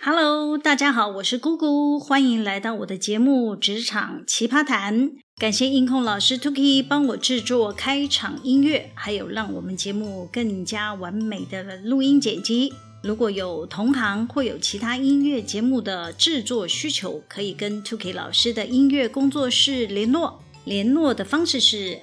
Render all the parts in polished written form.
Hello， 大家好，我是姑姑，欢迎来到我的节目《职场奇葩谈》。感谢音控老师 Tuki 帮我制作开场音乐，还有让我们节目更加完美的录音剪辑。如果有同行或有其他音乐节目的制作需求，可以跟 Tuki 老师的音乐工作室联络。联络的方式是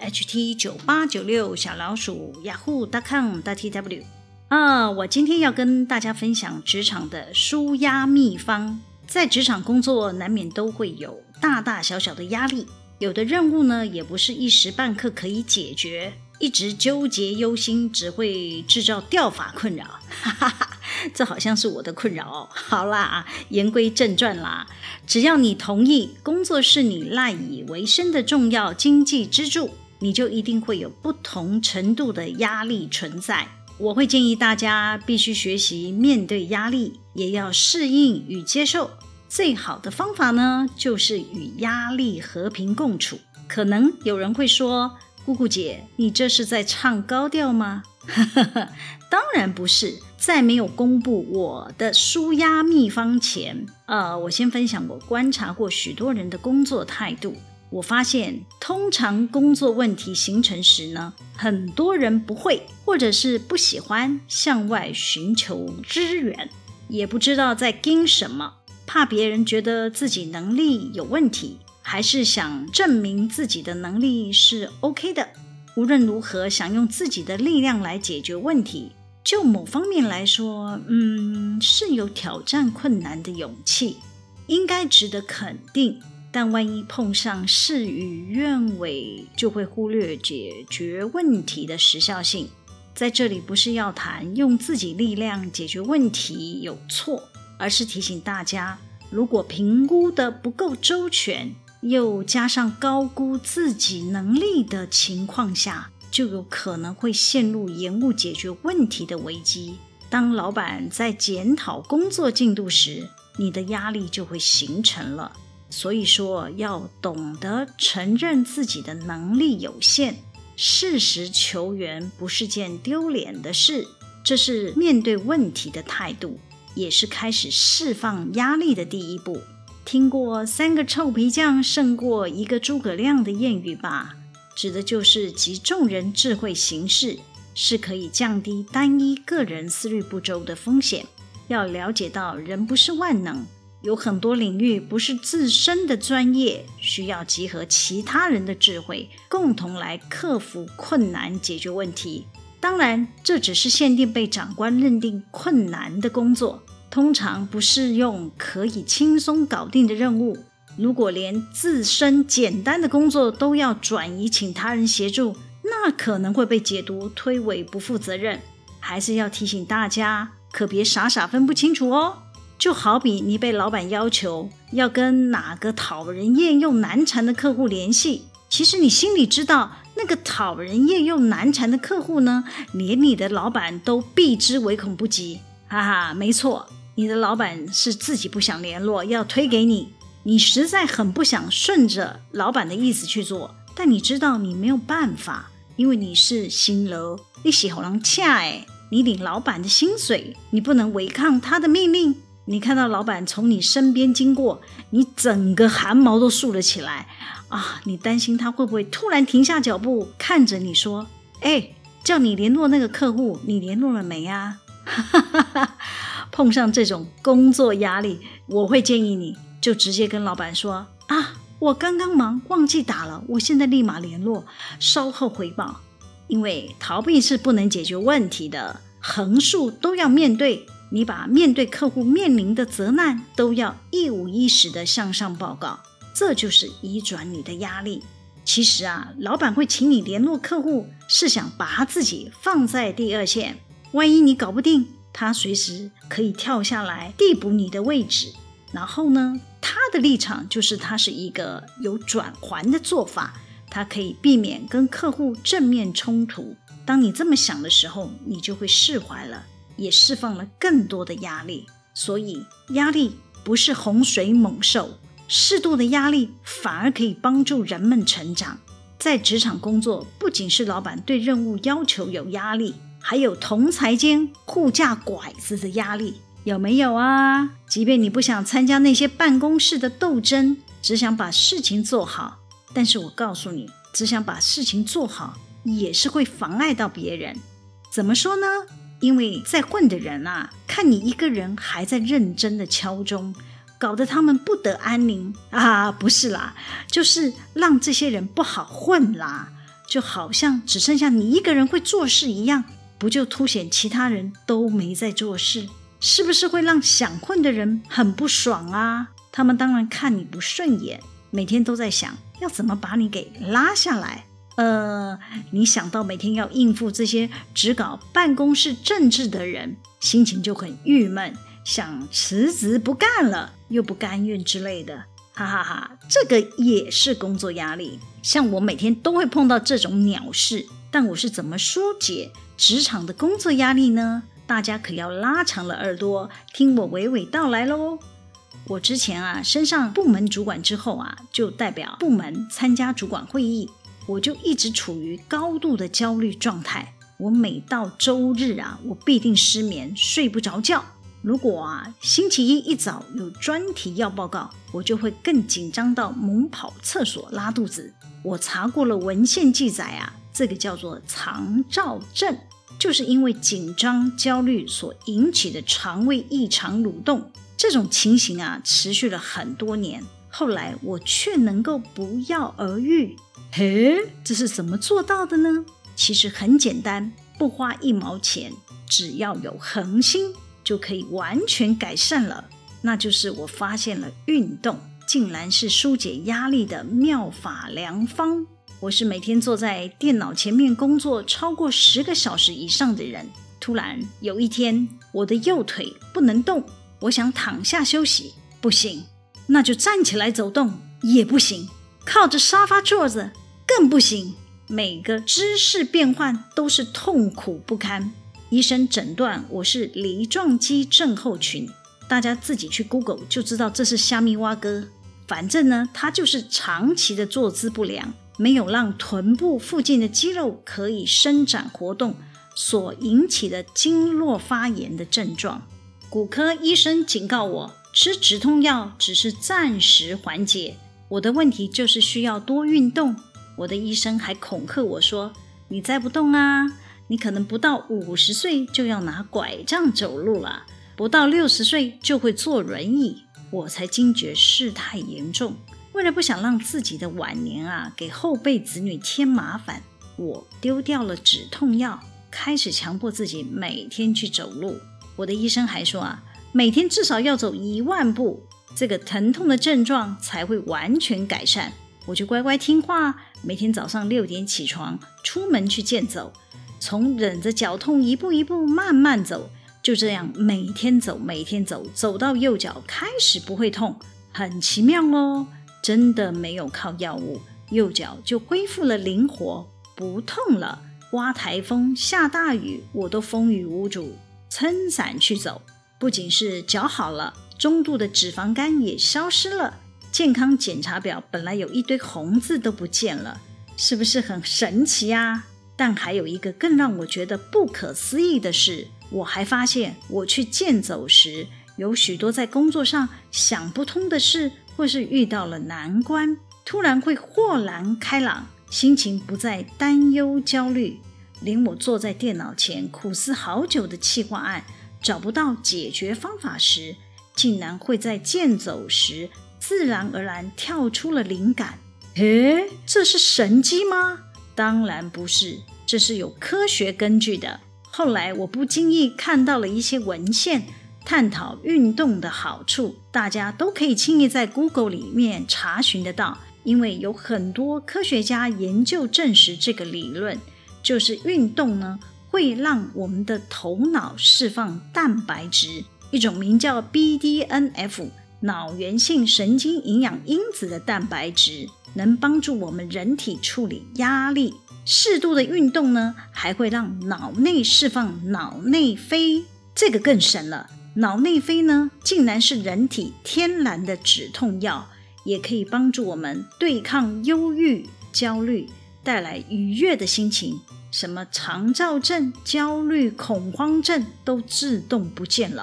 ht9896yahoo.com.tw。我今天要跟大家分享职场的抒压秘方。在职场工作难免都会有大大小小的压力，有的任务呢也不是一时半刻可以解决，一直纠结忧心只会制造掉发困扰。这好像是我的困扰哦。好啦，言归正传啦，只要你同意工作是你赖以为生的重要经济支柱，你就一定会有不同程度的压力存在。我会建议大家必须学习面对压力，也要适应与接受。最好的方法呢，就是与压力和平共处。可能有人会说，姑姑姐，你这是在唱高调吗？当然不是。在没有公布我的抒压秘方前，我先分享我观察过许多人的工作态度。我发现通常工作问题形成时呢，很多人不会或者是不喜欢向外寻求支援，也不知道在盯什么，怕别人觉得自己能力有问题，还是想证明自己的能力是 OK 的。无论如何，想用自己的力量来解决问题，就某方面来说，是有挑战困难的勇气，应该值得肯定。但万一碰上事与愿违，就会忽略解决问题的时效性。在这里不是要谈用自己力量解决问题有错，而是提醒大家，如果评估的不够周全，又加上高估自己能力的情况下，就有可能会陷入延误解决问题的危机。当老板在检讨工作进度时，你的压力就会形成了。所以说，要懂得承认自己的能力有限，适时求援不是件丢脸的事，这是面对问题的态度，也是开始释放压力的第一步。听过3个臭皮匠胜过1个诸葛亮的谚语吧？指的就是集众人智慧行事，是可以降低单一个人思虑不周的风险。要了解到人不是万能，有很多领域不是自身的专业，需要集合其他人的智慧，共同来克服困难，解决问题。当然，这只是限定被长官认定困难的工作，通常不适用可以轻松搞定的任务。如果连自身简单的工作都要转移请他人协助，那可能会被解读推诿不负责任。还是要提醒大家，可别傻傻分不清楚哦。就好比你被老板要求要跟哪个讨人厌又难缠的客户联系，其实你心里知道，那个讨人厌又难缠的客户呢，连你的老板都避之唯恐不及。哈哈，没错，你的老板是自己不想联络，要推给你。你实在很不想顺着老板的意思去做，但你知道你没有办法，因为你是新人，你是给人请的，你领老板的薪水，你不能违抗他的命令。你看到老板从你身边经过，你整个汗毛都竖了起来啊！你担心他会不会突然停下脚步，看着你说：“叫你联络那个客户，你联络了没啊？”碰上这种工作压力，我会建议你就直接跟老板说：“我刚刚忙，忘记打了，我现在立马联络，稍后回报。”因为逃避是不能解决问题的，横竖都要面对。你把面对客户面临的责难都要一五一十的向上报告，这就是移转你的压力。其实老板会请你联络客户，是想把他自己放在第二线，万一你搞不定，他随时可以跳下来递补你的位置。然后呢，他的立场就是他是一个有转圜的做法，他可以避免跟客户正面冲突。当你这么想的时候，你就会释怀了，也释放了更多的压力。所以压力不是洪水猛兽，适度的压力反而可以帮助人们成长。在职场工作，不仅是老板对任务要求有压力，还有同才间互架拐子的压力。 有没有啊？即便你不想参加那些办公室的斗争，只想把事情做好，但是我告诉你，只想把事情做好也是会妨碍到别人。怎么说呢？因为在混的人啊，看你一个人还在认真的敲钟，搞得他们不得安宁啊！不是啦，就是让这些人不好混啦，就好像只剩下你一个人会做事一样，不就凸显其他人都没在做事？是不是会让想混的人很不爽啊？他们当然看你不顺眼，每天都在想要怎么把你给拉下来。你想到每天要应付这些只搞办公室政治的人，心情就很郁闷，想辞职不干了，又不甘愿之类的，哈哈哈，这个也是工作压力。像我每天都会碰到这种鸟事，但我是怎么疏解职场的工作压力呢？大家可要拉长了耳朵听我娓娓道来咯。我之前啊升上部门主管之后啊，就代表部门参加主管会议，我就一直处于高度的焦虑状态。我每到周日啊，我必定失眠，睡不着觉。如果啊星期一早有专题要报告，我就会更紧张到猛跑厕所拉肚子。我查过了文献记载啊，这个叫做肠燥症，就是因为紧张焦虑所引起的肠胃异常蠕动。这种情形啊持续了很多年，后来我却能够不药而愈。这是怎么做到的呢？其实很简单，不花1毛钱，只要有恒心就可以完全改善了。那就是我发现了运动竟然是疏解压力的妙法良方。我是每天坐在电脑前面工作超过10个小时以上的人，突然有一天我的右腿不能动，我想躺下休息，不行，那就站起来走动，也不行，靠着沙发坐着更不行，每个姿势变换都是痛苦不堪。医生诊断我是梨状肌症候群，大家自己去 Google 就知道这是虾米蛙哥。反正呢，它就是长期的坐姿不良，没有让臀部附近的肌肉可以伸展活动所引起的经络发炎的症状。骨科医生警告我，吃止痛药只是暂时缓解，我的问题就是需要多运动。我的医生还恐吓我说，你再不动啊，你可能不到50岁就要拿拐杖走路了，不到60岁就会坐轮椅。我才惊觉事态严重，为了不想让自己的晚年啊给后辈子女添麻烦，我丢掉了止痛药，开始强迫自己每天去走路。我的医生还说啊，每天至少要走1万步，这个疼痛的症状才会完全改善。我就乖乖听话，每天早上6点起床，出门去健走，从忍着脚痛一步一步慢慢走，就这样每天走，走到右脚开始不会痛。很奇妙哦，真的没有靠药物，右脚就恢复了灵活，不痛了。刮台风下大雨，我都风雨无阻，撑伞去走。不仅是脚好了，中度的脂肪肝也消失了，健康检查表本来有一堆红字都不见了，是不是很神奇啊？但还有一个更让我觉得不可思议的是，我还发现我去健走时，有许多在工作上想不通的事，或是遇到了难关，突然会豁然开朗，心情不再担忧焦虑。连我坐在电脑前苦思好久的企划案找不到解决方法时，竟然会在健走时自然而然跳出了灵感。这是神迹吗？当然不是，这是有科学根据的。后来我不经意看到了一些文献，探讨运动的好处，大家都可以轻易在 Google 里面查询得到，因为有很多科学家研究证实这个理论，就是运动呢会让我们的头脑释放蛋白质，一种名叫 BDNF 脑源性神经营养因子的蛋白质，能帮助我们人体处理压力。适度的运动呢，还会让脑内释放脑内啡，这个更神了。脑内啡呢，竟然是人体天然的止痛药，也可以帮助我们对抗忧郁、焦虑，带来愉悦的心情。什么肠燥症、焦虑、恐慌症都自动不见了。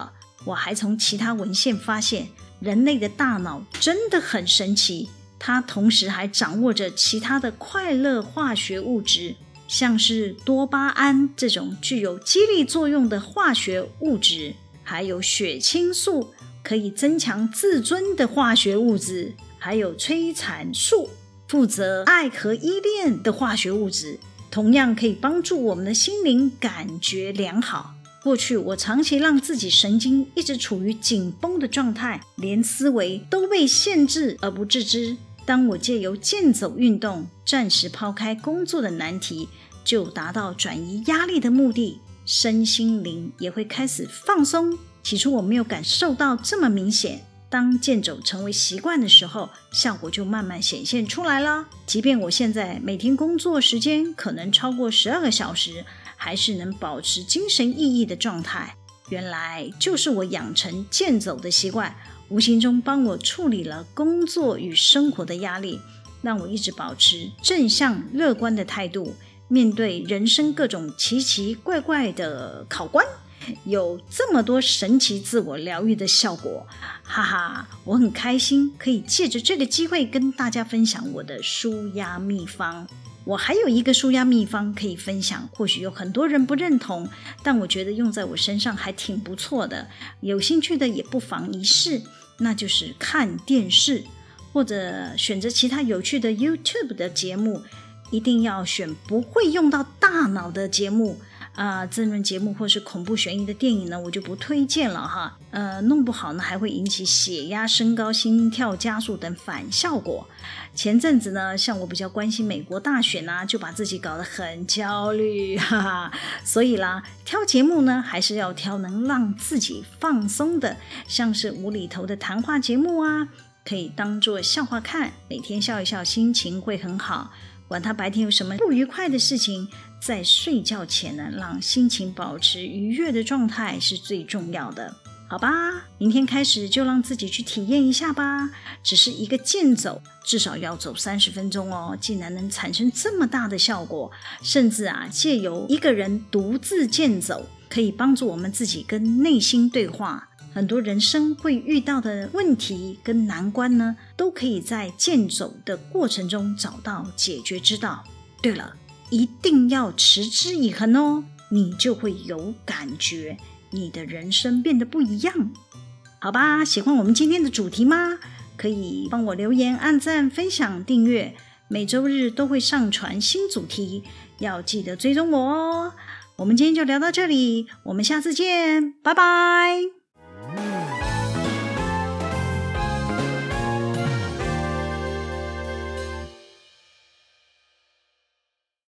我还从其他文献发现，人类的大脑真的很神奇，它同时还掌握着其他的快乐化学物质，像是多巴胺这种具有激励作用的化学物质，还有血清素可以增强自尊的化学物质，还有催产素负责爱和依恋的化学物质，同样可以帮助我们的心灵感觉良好。过去我长期让自己神经一直处于紧绷的状态，连思维都被限制而不自知。当我借由健走运动暂时抛开工作的难题，就达到转移压力的目的，身心灵也会开始放松。起初我没有感受到这么明显，当健走成为习惯的时候，效果就慢慢显现出来了。即便我现在每天工作时间可能超过12个小时，还是能保持精神奕奕的状态。原来就是我养成健走的习惯，无形中帮我处理了工作与生活的压力，让我一直保持正向乐观的态度，面对人生各种奇奇怪怪的考关，有这么多神奇自我疗愈的效果，哈哈，我很开心可以借着这个机会跟大家分享我的舒压秘方。我还有一个舒压秘方可以分享，或许有很多人不认同，但我觉得用在我身上还挺不错的，有兴趣的也不妨一试，那就是看电视或者选择其他有趣的 YouTube 的节目，一定要选不会用到大脑的节目争论节目或是恐怖悬疑的电影呢，我就不推荐了哈。弄不好呢还会引起血压升高、心跳加速等反效果。前阵子呢，像我比较关心美国大选啊，就把自己搞得很焦虑，哈哈。所以啦，挑节目呢还是要挑能让自己放松的，像是无厘头的谈话节目啊，可以当作笑话看，每天笑一笑，心情会很好。管他白天有什么不愉快的事情，在睡觉前呢，让心情保持愉悦的状态是最重要的。好吧，明天开始就让自己去体验一下吧。只是一个健走，至少要走30分钟哦，竟然能产生这么大的效果。甚至借由一个人独自健走，可以帮助我们自己跟内心对话。很多人生会遇到的问题跟难关呢，都可以在健走的过程中找到解决之道。对了，一定要持之以恒哦，你就会有感觉，你的人生变得不一样。好吧，喜欢我们今天的主题吗？可以帮我留言、按赞、分享、订阅，每周日都会上传新主题，要记得追踪我哦。我们今天就聊到这里，我们下次见，拜拜。